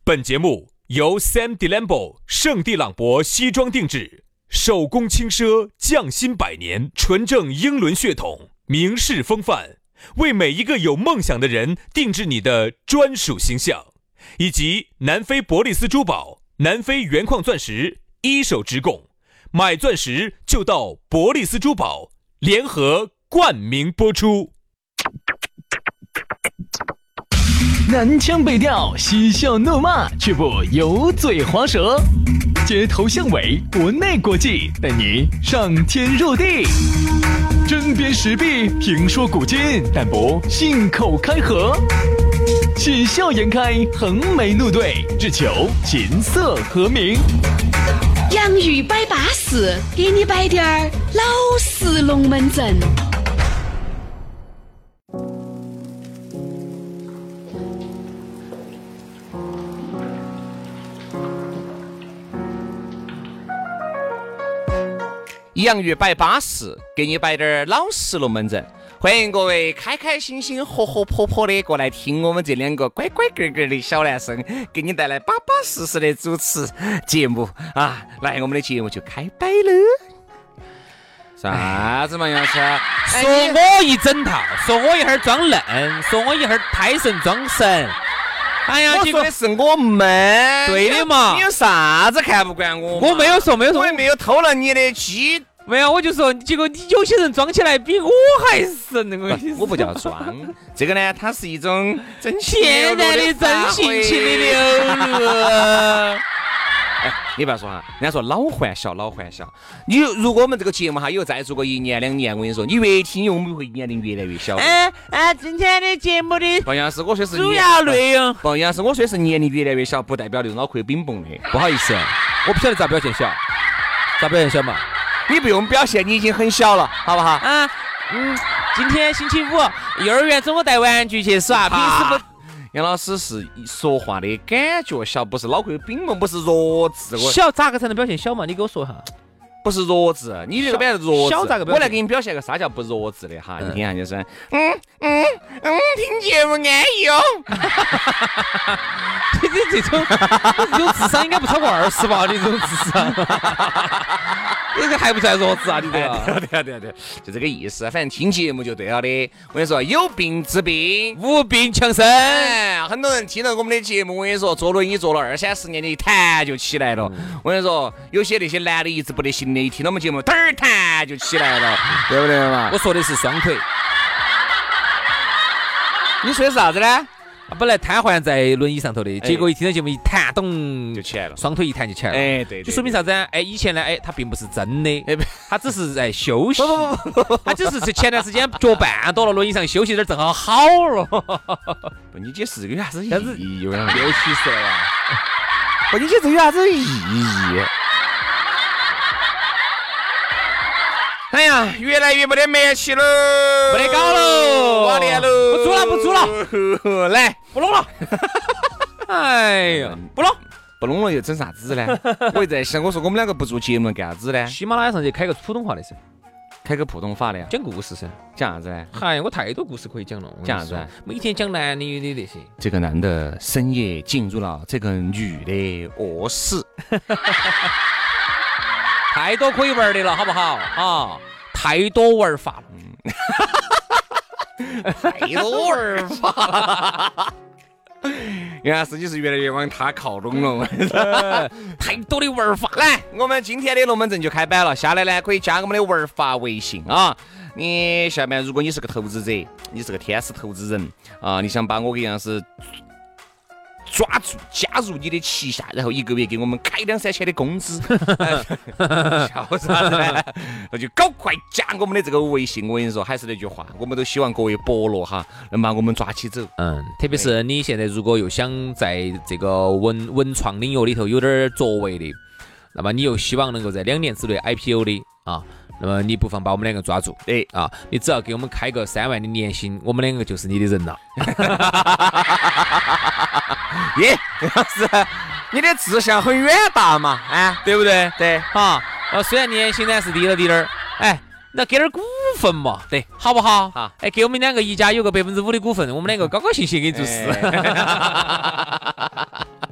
本节目由 Sam Delambo 圣地朗博西装定制，手工轻奢，匠心百年，纯正英伦血统，名士风范，为每一个有梦想的人定制你的专属形象，以及南非伯利斯珠宝、南非原矿钻石一手直供，买钻石就到伯利斯珠宝，联合冠名播出。 南腔北调，嬉笑怒骂，却不油嘴滑舌，街头巷尾，国内国际，带你上天入地，针砭时弊，评说古今，但不信口开河，喜笑颜开，横眉怒对，只求琴瑟和鸣。 洋芋摆巴士，给你摆点儿老式龙门阵。 洋芋摆巴适，给你摆点老实龙门阵。欢迎各位开开心心、活活泼泼的过来听我们这两个乖乖个个的小男生给你带来巴巴适适的主持节目啊！来，我们的节目就开摆了。啥子嘛，杨师？ 说我一整套，说我一会儿装嫩，说我一会儿胎神装神。 哎呀，结果的是我们， 对的嘛。 你有啥子看不惯我？ 我没有说， 我也没有偷了你的鸡。 没有，我就说，结果你有些人装起来比我还神。 我不叫装，这个呢，它是一种真情天然的真性情的流露。 哎，你不要说哈，人家说老还小，老还小。如果我们这个节目哈有再做个1年2年，我跟你说，你越听我们会年龄越来越小。 今天的节目的不像是我说是主要内容， 不像是我说是年龄越来越小，不代表那种脑壳冰崩的。 不好意思，我不晓得咋表现小，咋表现小嘛？ 你不用表现，你已经很小了，好不好？ 今天星期5，幼儿园中午带玩具去耍，平时不。 杨老师是说话的感觉小，不是脑壳冰崩，不是弱智。 小咋个才能表现小嘛？你给我说一下。 不是弱智，你这个表现弱智。 小咋个表现？ 我来给你表现个啥叫不弱智的哈，你听下就是，听节目安逸哦。 这种智商应该不超过20吧？你这种智商。这个还不算弱智啊！你这个对，就这个意思。反正听节目就对了的。我跟你说，有病治病， 无病强身。 很多人听到我们的节目，我跟你说，坐轮椅坐了20-30年的，一弹就起来了。我跟你说，有些那些男的一直不得行的，一听到我们节目，嘚儿弹就起来了，对不对嘛？ 我说的是双腿。 你说的是啥子呢？ 本来瘫痪在轮椅上头的，结果一听到节目一弹，咚就起来了， 双腿一弹就起来了。 哎，对， 就说明啥子？以前呢，他并不是真的，他只是在休息，他只是前段时间脚绊到了轮椅上休息点，正好了。 不，你解释有啥子意义？又去死了呀！ 不，你解释有啥子意义？哎呀，越来越没得默契了， 没得搞了， 挂脸了， 不做了， 来， 不弄了。哎呀， 不弄了又整啥子呢？我也在想，我说我们两个不做节目干啥子呢？ 喜马拉雅上去开个普通话的噻， 开个普通话的呀， 讲故事噻， 讲啥子呢？ 嗨，我太多故事可以讲了， 讲啥子？ 每天讲男女的那些。 这个男的深夜进入了这个女的卧室。 太多可以玩的了，好不好啊？太多玩法了，太多玩法了。原来自己是越来越往他靠拢了， 太多的玩法。 来，我们今天的龙门阵就开摆了，下来呢可以加我们的玩法微信啊。你下面如果你是个投资者，你是个天使投资人啊，你想把我给杨是抓住加入你的旗下，然后1个月给我们开2-3千的工资，笑啥子呢？那就赶快加我们的这个微信。我跟你说，还是那句话，我们都希望各位伯乐哈能把我们抓起走。 特别是你现在如果又想在这个文创领域里头有点作为的，那么你又希望能够在2年之内 IPO 的啊，那么你不妨把我们两个抓住。你只要给我们开个3万的年薪，我们两个就是你的人了。 是你的志向很远大嘛，对不对？对， 虽然年薪呢是低了点儿，那给点股份嘛，对，好不好？好，给我们两个一家有个5%的股份，我们两个高高兴兴给你做事。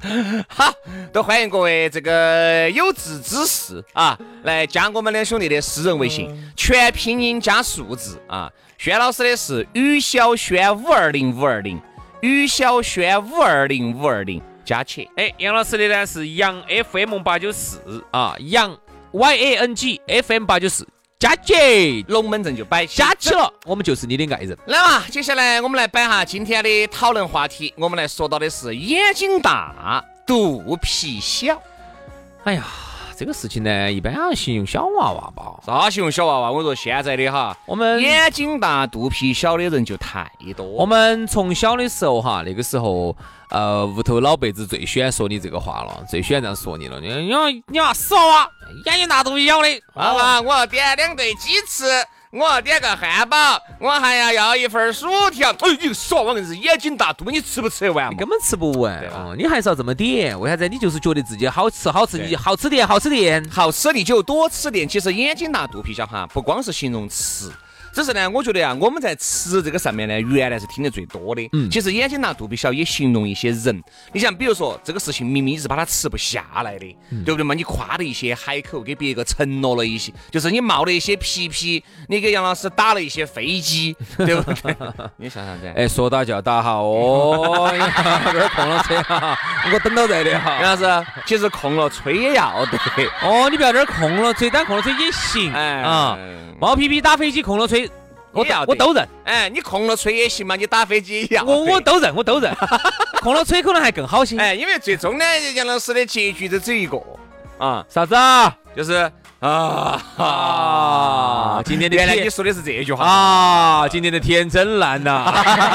好，都欢迎各位这个有志之士啊，来加我们两兄弟的私人微信，全拼音加数字啊。轩老师的是于小轩520520，于小轩520520加起。 杨老师的呢是杨 FM894啊，杨 YANG FM894。加起龙门阵就摆加起了，我们就是你的爱人。 来嘛，接下来我们来摆下今天的讨论话题，我们来说到的是眼睛大肚皮小。 哎呀，这个事情呢，一般要形容小娃娃吧。 啥形容小娃娃？我说现在的哈， 我们眼睛大肚皮小的人就太多。 我们从小的时候哈，那个时候屋头老辈子最喜欢说你这个话了，最喜欢这样说你了。你要死啊！眼睛大肚皮小的， 妈妈，我要点2对鸡翅，我要点个汉堡，我还要一份薯条。哎，你说我是眼睛大肚，你吃不吃得完嘛？ 你根本吃不完你还是要这么点。为啥子？你就是觉得自己好吃，你好吃点，好吃你就多吃点。其实眼睛大肚皮小哈，不光是形容吃。只是呢，我觉得啊，我们在吃这个上面呢，原来是听得最多的。其实眼睛大肚皮小也形容一些人。你想，比如说这个事情明明是把它吃不下来的，对不对嘛？你夸了一些海口，给别个承诺了一些，就是你冒了一些皮皮，你给杨老师打了一些飞机，对不对？你想想看， 说打就要打哈哦，这儿空了吹哈，我等到在的哈。 杨老师，其实空了吹也要得。 哦，你不要这儿空了吹，但空了吹也行冒皮皮打飞机，空了吹。我都认， 你空了吹也行嘛，你打飞机也要。 我都认，空了吹可能还更好些。 因为最终呢，杨老师的结局就只有一个啥子啊？ 就是今天的原来你说的是这句话今天的天真烂呐。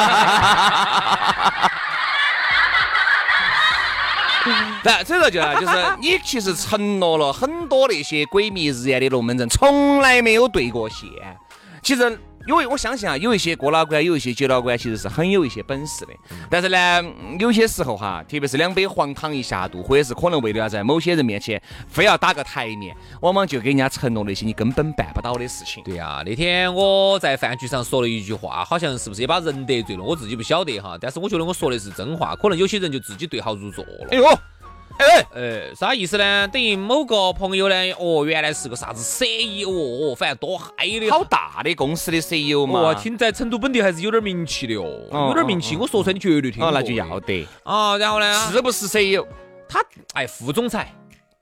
对，所以说就是你其实承诺了很多那些鬼迷日眼的龙门阵，从来没有兑过现。其实因为我相信啊，有一些哥老倌，有一些姐老倌，其实是很有一些本事的。但是呢，有些时候哈，特别是2杯黄汤一下肚，或者是可能为了要在某些人面前非要打个台面，往往就给人家承诺那些你根本办不到的事情。 对啊，那天我在饭局上说了一句话，好像是不是也把人得罪了，我自己不晓得哈。但是我觉得我说的是真话，可能有些人就自己对号入座了。 哎呦！ 啥意思呢？等于某个朋友呢，原来是个啥子 CEO，反正多嗨的， 好大的公司的 CEO 嘛。 听在成都本地还是有点名气的有点名气。我说出来你绝对听过。 那就要得然后呢？ 是不是 CEO？ 他副总裁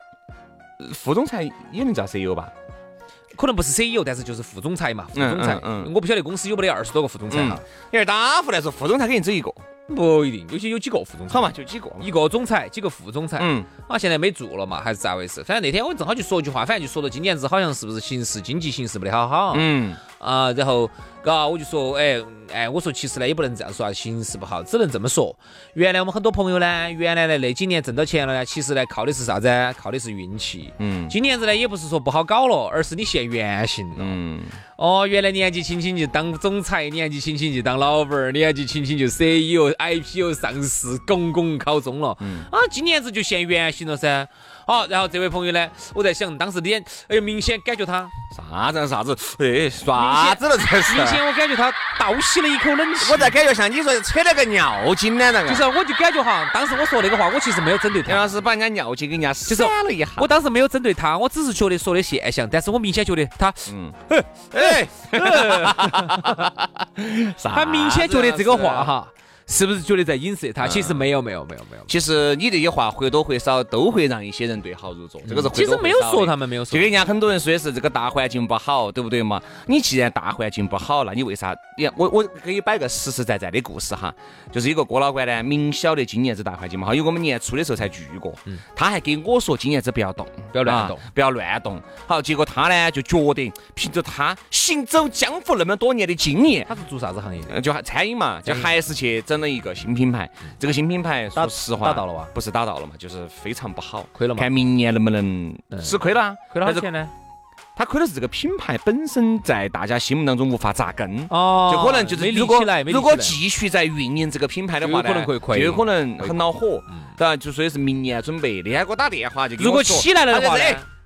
也能叫 CEO 吧？ 可能不是 CEO， 但是就是副总裁嘛。副总裁，我不晓得公司有没得20多个副总裁哈。 因为打副来说，副总裁肯定只一个。 不一定，有些有几个副总裁， 好嘛，就几个， 一个总裁，几个副总裁。现在没做了嘛，还是咋回事？反正那天我正好就说一句话，反正就说到今年子好像是不是经济形势不得好好。然后我就说，我说其实呢也不能这样说啊，形势不好，只能这么说。原来我们很多朋友呢，原来呢那几年挣到钱了呢，其实呢靠的是啥子？靠的是运气。今年子呢也不是说不好搞了，而是你现原形了。原来年纪轻轻就当总裁，年纪轻轻就当老板，年纪轻轻就 CEO、IPO 上市，拱考中了。今年子就现原形了噻。好，然后这位朋友呢，我在想当时脸，明显感觉他啥子，啥子了这是。 明显我感觉他倒吸了一口冷气。 我在感觉像你说扯了个尿精呢那个。 就是我就感觉哈，当时我说那个话，我其实没有针对他。 杨老师把人家尿精给人家闪了一下。 我当时没有针对他，我只是觉得说的现象，但是我明显觉得他，他明显觉得这个话哈。是不是觉得在影射他？其实没有。 其实你这些话或多或少都会让一些人对号入座，这个是其实没有说他们没有说。 就跟人家很多人说的是这个大环境不好，对不对嘛？你既然大环境不好，那你为啥？我可以摆个实实在在的故事哈，就是一个郭老倌呢，明晓得今年子大环境不好，因为我们年初的时候才聚过，他还给我说今年子不要动， 不要乱动。好，结果他呢就觉得凭着他行走江湖那么多年的经验， 他是做啥子行业的？ 就餐饮嘛，就还是去整了一个新品牌。这个新品牌说实话打到了吧？ 不是打到了嘛，就是非常不好， 亏了嘛。 看明年能不能是亏了？ 亏了多少钱呢？ 他亏的是这个品牌本身在大家心目当中无法扎根， 就可能就是如果继续在运营这个品牌的话呢，就有可能很恼火，对吧？就说的是明年准备。那天给我打电话就如果起来了的话呢，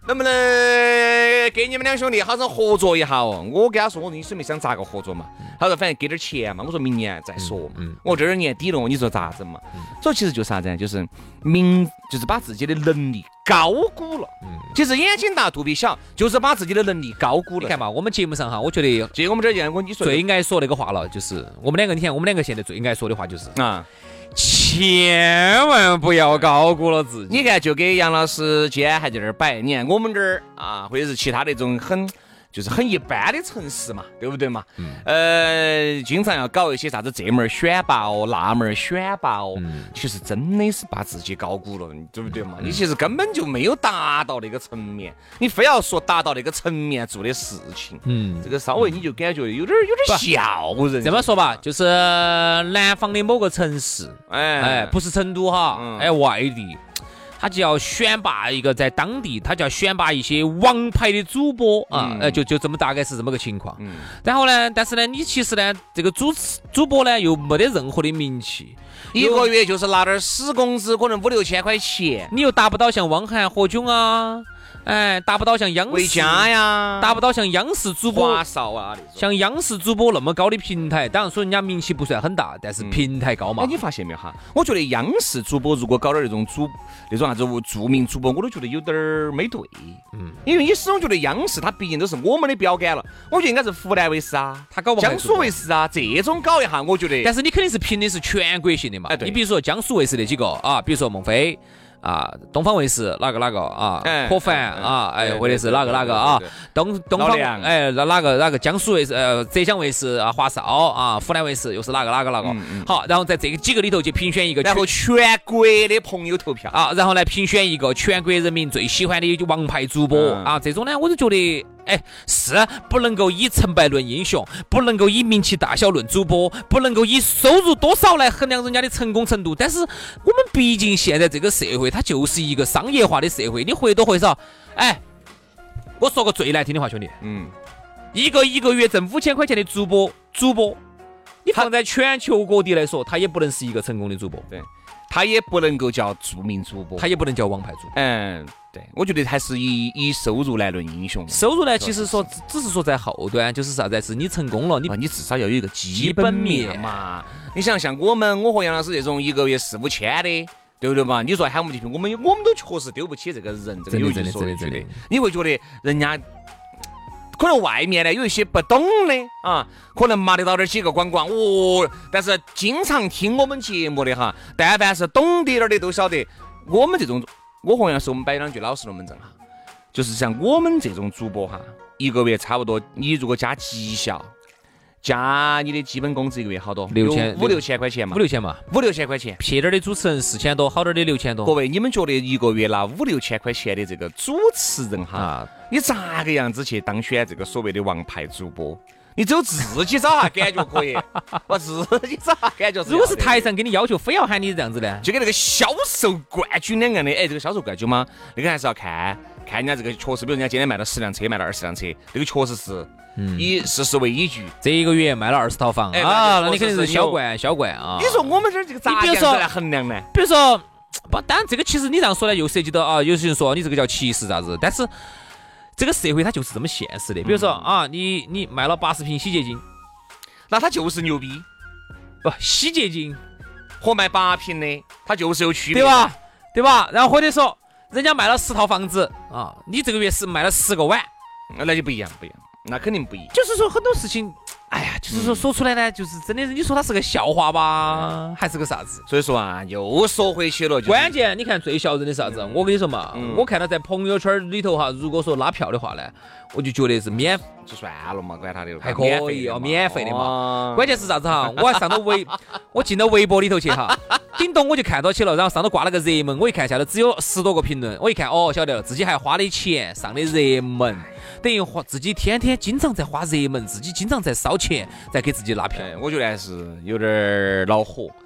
能不能给你们两兄弟好生合作一下哦？我跟他说，我说你准备想咋个合作嘛？他说反正给点钱嘛。我说明年再说嘛。我这儿年底了，你说咋整嘛？所以其实就是啥子？就是就是把自己的能力高估了。其实眼睛大肚皮小，就是把自己的能力高估了。 你看嘛，我们节目上哈，我觉得就我们这儿你说最爱说那个话了，就是我们两个，你看我们两个现在最爱说的话就是啊。 千万不要高估了自己。 你看，就给杨老师今天还在这儿摆，你看我们这儿啊，或者是其他那种很一般的城市嘛，对不对嘛？经常要搞一些啥子这门选拔哦，那门选拔哦，其实真的是把自己高估了，对不对嘛？你其实根本就没有达到那个层面，你非要说达到那个层面做的事情，这个稍微你就感觉有点笑人。 这么说吧，就是南方的某个城市，不是成都哈，外地。他就要选拔一个在当地，他就要选拔一些王牌的主播啊，就这么大概是这么个情况。然后呢，但是呢，你其实呢，这个主播呢又没得任何的名气， 一个月就是拿点死工资，可能5、6千块钱， 你又达不到像汪涵、何炅啊。达不到像央视维嘉呀， 达不到像央视主播华少啊， 像央视主播那么高的平台。当然说人家名气不算很大，但是平台高嘛。 你发现没有哈？我觉得央视主播如果搞点那种啥子著名主播，我都觉得有点没对。因为你始终觉得央视它毕竟都是我们的标杆了，我觉得应该是湖南卫视啊， 他搞江苏卫视啊这种搞一下，我觉得。 但是你肯定是评的是全国性的嘛。你比如说江苏卫视那几个啊，比如说孟非。东方卫视哪个啊，何凡啊，或者是哪个啊，东方哪个江苏卫视浙江卫视啊，华少啊，湖南卫视又是哪个。好，然后在这几个里头就评选一个， 然后全国的朋友投票啊，然后来评选一个全国人民最喜欢的王牌主播啊，这种呢，我就觉得。是不能够以成败论英雄，不能够以名气大小论主播，不能够以收入多少来衡量人家的成功程度。但是我们毕竟现在这个社会，它就是一个商业化的社会。你或多或少，我说个最难听的话，兄弟，一个月挣5000块钱的主播，你放在全球各地来说，他也不能是一个成功的主播， 对，他也不能够叫著名主播， 他也不能叫王牌主播。 对，我觉得还是以收入来论英雄。 收入呢，其实说只是说在后端，就是啥子？是你成功了，你至少要有一个基本面嘛。你想像我和杨老师这种一个月4、5千的，对不对嘛？你说喊我们去评，我们都确实丢不起这个人，这个有句说一句的。你会觉得人家可能外面呢有一些不懂的啊，可能骂得到点几个广告哦，但是经常听我们节目的哈，但凡是懂点的都晓得，我们这种。我和杨是我们摆两句老实龙门阵哈，就是像我们这种主播哈，一个月差不多，你如果加绩效，加你的基本工资一个月好多 ？5、 6千块钱嘛 ，5、6千嘛 ，5、6千块钱。 撇点的主持人4000多，好点的6000多。 各位，你们觉得一个月拿5、6千块钱的这个主持人哈，你咋个样子去当选这个所谓的王牌主播？你只有自己找下感觉可以，我自己找下感觉。 如果是台上给你要求非要喊你这样子呢， 就跟那个销售冠军两样的。这个销售冠军嘛，那个还是要看人家这个确实，比如人家今天卖了10辆车，卖了20辆车，这个确实是以事实为依据。 这一个月卖了20套房那你肯定是销冠啊。 你说我们这儿这个咋样子来衡量呢？ 比如说，当然这个其实你这样说呢，又涉及到啊，有些人说你这个叫歧视啥子，但是。这个社会它就是这么现实的，比如说你卖了80瓶洗洁精， 那它就是牛逼。 不，洗洁精和卖8瓶的，它就是有区别， 对吧？然后或者说人家卖了10套房子啊，你这个月是卖了10个碗， 那就不一样，那肯定不一样。 就是说很多事情，就是说出来呢，就是真的，你说它是个笑话吧，还是个啥子？ 所以说啊，又说回去了。 关键你看最笑人的啥子？我跟你说嘛，我看到在朋友圈里头哈，如果说拉票的话呢，我就觉得是就算了嘛，管他的， 还可以免费的嘛。关键是啥子哈？我还上到我进到微博里头去哈，叮咚我就看到起了，然后上头挂了个热门，我一看下来只有10多个评论，我一看晓得了，自己还花的钱上的热门，等于自己天天经常在花热门，自己经常在烧钱在给自己拉票。 我觉得还是有点恼火。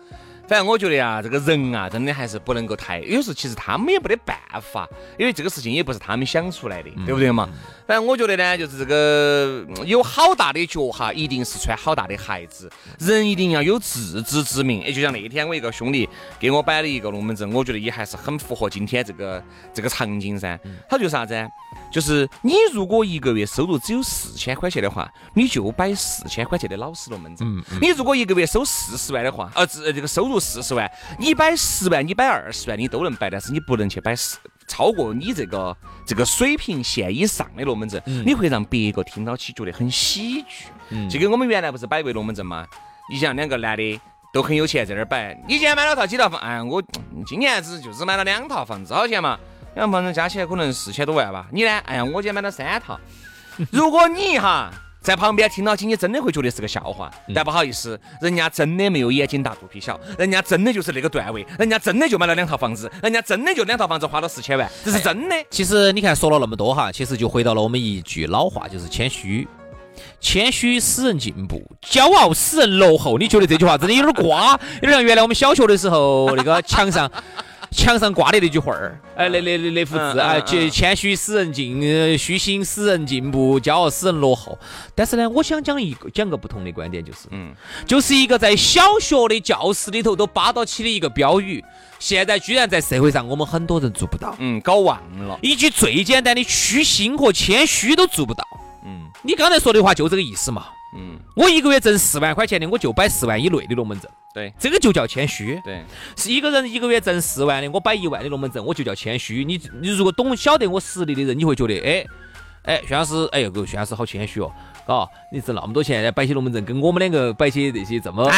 反正我觉得啊，这个人啊，真的还是不能够太，有时候其实他们也没得办法，因为这个事情也不是他们想出来的，对不对嘛？反正我觉得呢，就是这个有好大的脚哈，一定是穿好大的鞋子。人一定要有自知之明。就像那天我一个兄弟给我摆了一个龙门阵，我觉得也还是很符合今天这个场景噻。他就啥子？就是你如果一个月收入只有4000块钱的话，你就摆4000块钱的老式龙门阵。你如果一个月收40万的话，这个收入40万，你摆10万，你摆20万，你都能摆，但是你不能去摆超过你这个水平线以上的龙门阵，你会让别个听到起觉得很喜剧。就跟我们原来不是摆过龙门阵吗？你想两个男的都很有钱在那儿摆，你今天买了套几套房？哎，我今年只买了2套房子，好钱嘛？2套房子加起来可能4000多万吧。你呢？哎呀，我今天买了3套。如果你在旁边听到起，你真的会觉得是个笑话。但不好意思，人家真的没有眼睛大肚皮小，人家真的就是那个段位，人家真的就买了2套房子，人家真的就2套房子花了4000万，这是真的。 其实你看说了那么多其实就回到了我们一句老话，就是谦虚。谦虚使人进步，骄傲使人落后。你觉得这句话真的有点瓜？有点像原来我们小学的时候那个墙上挂的那句话儿，那幅字啊，谦虚使人虚心使人进步，骄傲使人落后。但是呢，我想讲个不同的观点，就是一个在小学的教室里头都扒到起的一个标语，现在居然在社会上我们很多人做不到， 搞忘了一句最简单的虚心和谦虚都做不到。你刚才说的话就这个意思嘛。我一个月挣4万块钱的，我就摆4万以内的龙门阵。 对， 这个就叫谦虚。 对， 是一个人一个月挣4万的，我摆1万的龙门阵，我就叫谦虚。你如果晓得我实力的人，你会觉得，薛老师，薛老师好谦虚哦，你挣那么多钱摆起龙门阵，跟我们两个摆起这些这么，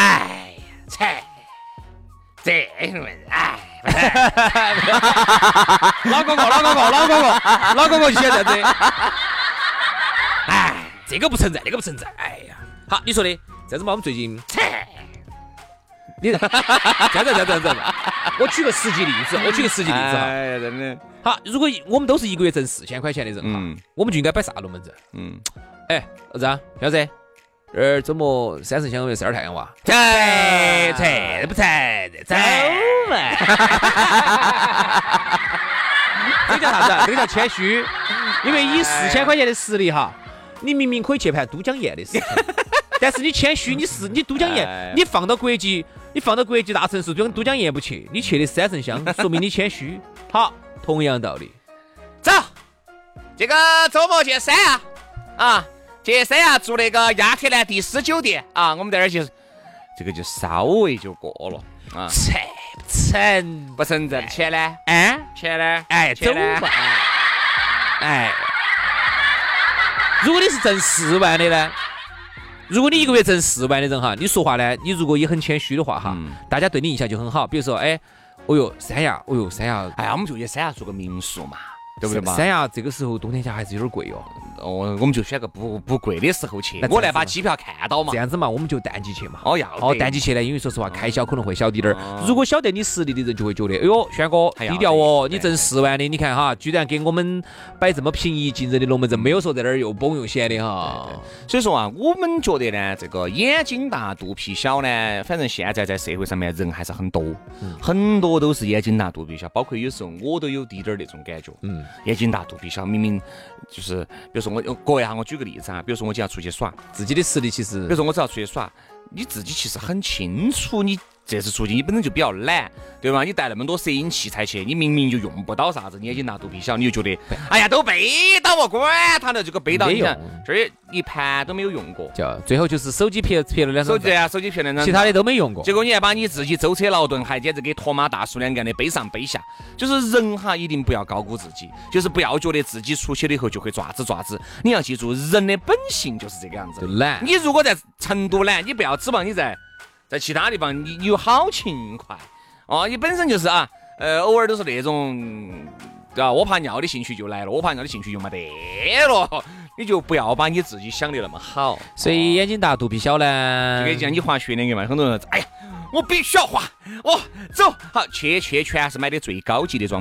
这龙门老公公就选这样子。这个不存在，那个不存在。哎呀，好，你说的这样子嘛，我们最近，你这样，我举个实际例子哎呀，真的。 好，如果我们都是一个月挣4000块钱的人我们就应该摆啥龙门阵？儿子，小子，周末30箱有12太阳哇？这不成，走嘛。这叫啥子？这个叫谦虚，因为以4000块钱的实力你明明可以去盘都江堰的事情，但是你谦虚，你都江堰，你放到国际大城市都江堰不去，你去的3圣乡，说明你谦虚。好，同样道理， 走，这个周末去三亚去三亚住那个亚特兰蒂斯酒店我们在这儿就是这个就稍微就过了不成这钱呢？钱呢？ 走吧。如果你是挣4万的呢？如果你一个月挣4万的人你说话呢，你如果也很谦虚的话大家对你印象就很好。比如说，三亚， 我们就去三亚做个民宿嘛，对不对嘛？ 三亚这个时候冬天家还是有点贵我们就选个不贵的时候去，我来把机票看到嘛。 这样子嘛，我们就淡季去嘛。淡季去呢，因为说实话开销可能会小滴点儿。如果晓得你实力的人就会觉得，轩哥低调你挣4万的，你看居然给我们摆这么平易近人的龙门阵，没有说在那儿又崩又显的所以说我们觉得呢，这个眼睛大肚皮小呢，反正现在在社会上面人还是很多，很多都是眼睛大肚皮小，包括有时候我都有滴点儿那种感觉，眼睛大肚皮小，明明就是比如说各位我举个例子比如说我只要出去耍， 自己的实力其实， 比如说我只要出去耍，你自己其实很清楚，你这次出去你本身就比较懒，对吧？你带那么多摄影器材去，你明明就用不到啥子，你眼睛大肚皮小，你就觉得哎呀都背到我管他的这个背到，你看这一盘都没有用过， 最后就是手机撇了2张， 手机撇了2张， 其他的都没用过。 结果你还把你自己舟车劳顿，还简直给驼马大树两个的背上背下。就是人一定不要高估自己，就是不要觉得自己出去了以后就会爪子。你要记住，人的本性就是这个样子。 懒， 你如果在成都懒，你不要指望你在其他地方你有好勤快你本身就是偶尔都是那种我怕尿的兴趣就来了，我怕尿的兴趣就没得了，你就不要把你自己想的那么好。 所以眼睛大肚皮小呢， 就跟讲你滑雪那个嘛，很多人说哎呀我必须要滑，走好去全是买的最高级的装备，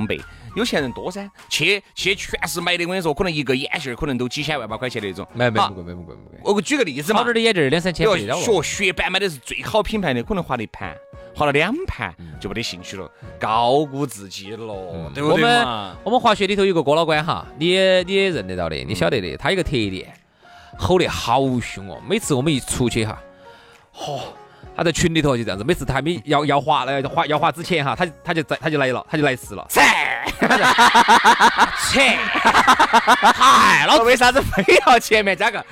有钱人多噻，去全是买的，我跟你说，可能一个眼镜可能都几千万把块钱那种。 没贵。 我给举个例子嘛， 好点的眼镜2-3千块了。 雪板买的是最好品牌的，可能花了1盘，花了2盘就没得兴趣了，高估自己了，对不对嘛？ 我们滑雪里头有个哥老倌哈，你也认得到的，你晓得的，他有个特点，吼得好凶哦。每次我们一出去哈，他在群里头就这样子，每次他还没要滑之前哈，他就来了，他就来事了。 嗨，老子为啥子非要前面加个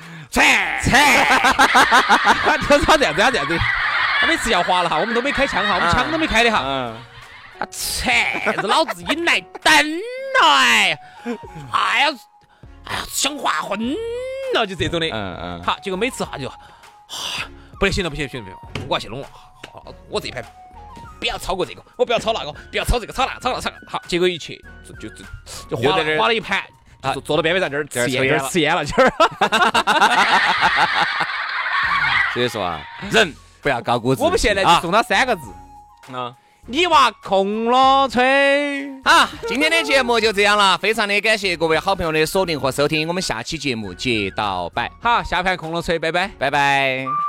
他这样子，他每次要滑了哈，我们都没开枪哈，我们枪都没开的哈。老子引来等了哎呀，想滑昏了，就这种的。好，结果每次哈就不行了，我要去弄了。我这一排不要超过这个，我不要超那个，不要超这个，超那。好，结果一去就滑了一盘，坐到边边上这儿吃烟了，这儿。 所以说啊，人不要高估自己。 我们现在就送他3个字你娃空了吹。 好，今天的节目就这样了，非常的感谢各位好朋友的锁定和收听，我们下期节目接到摆。 好，下盘空了吹，拜拜， 拜拜。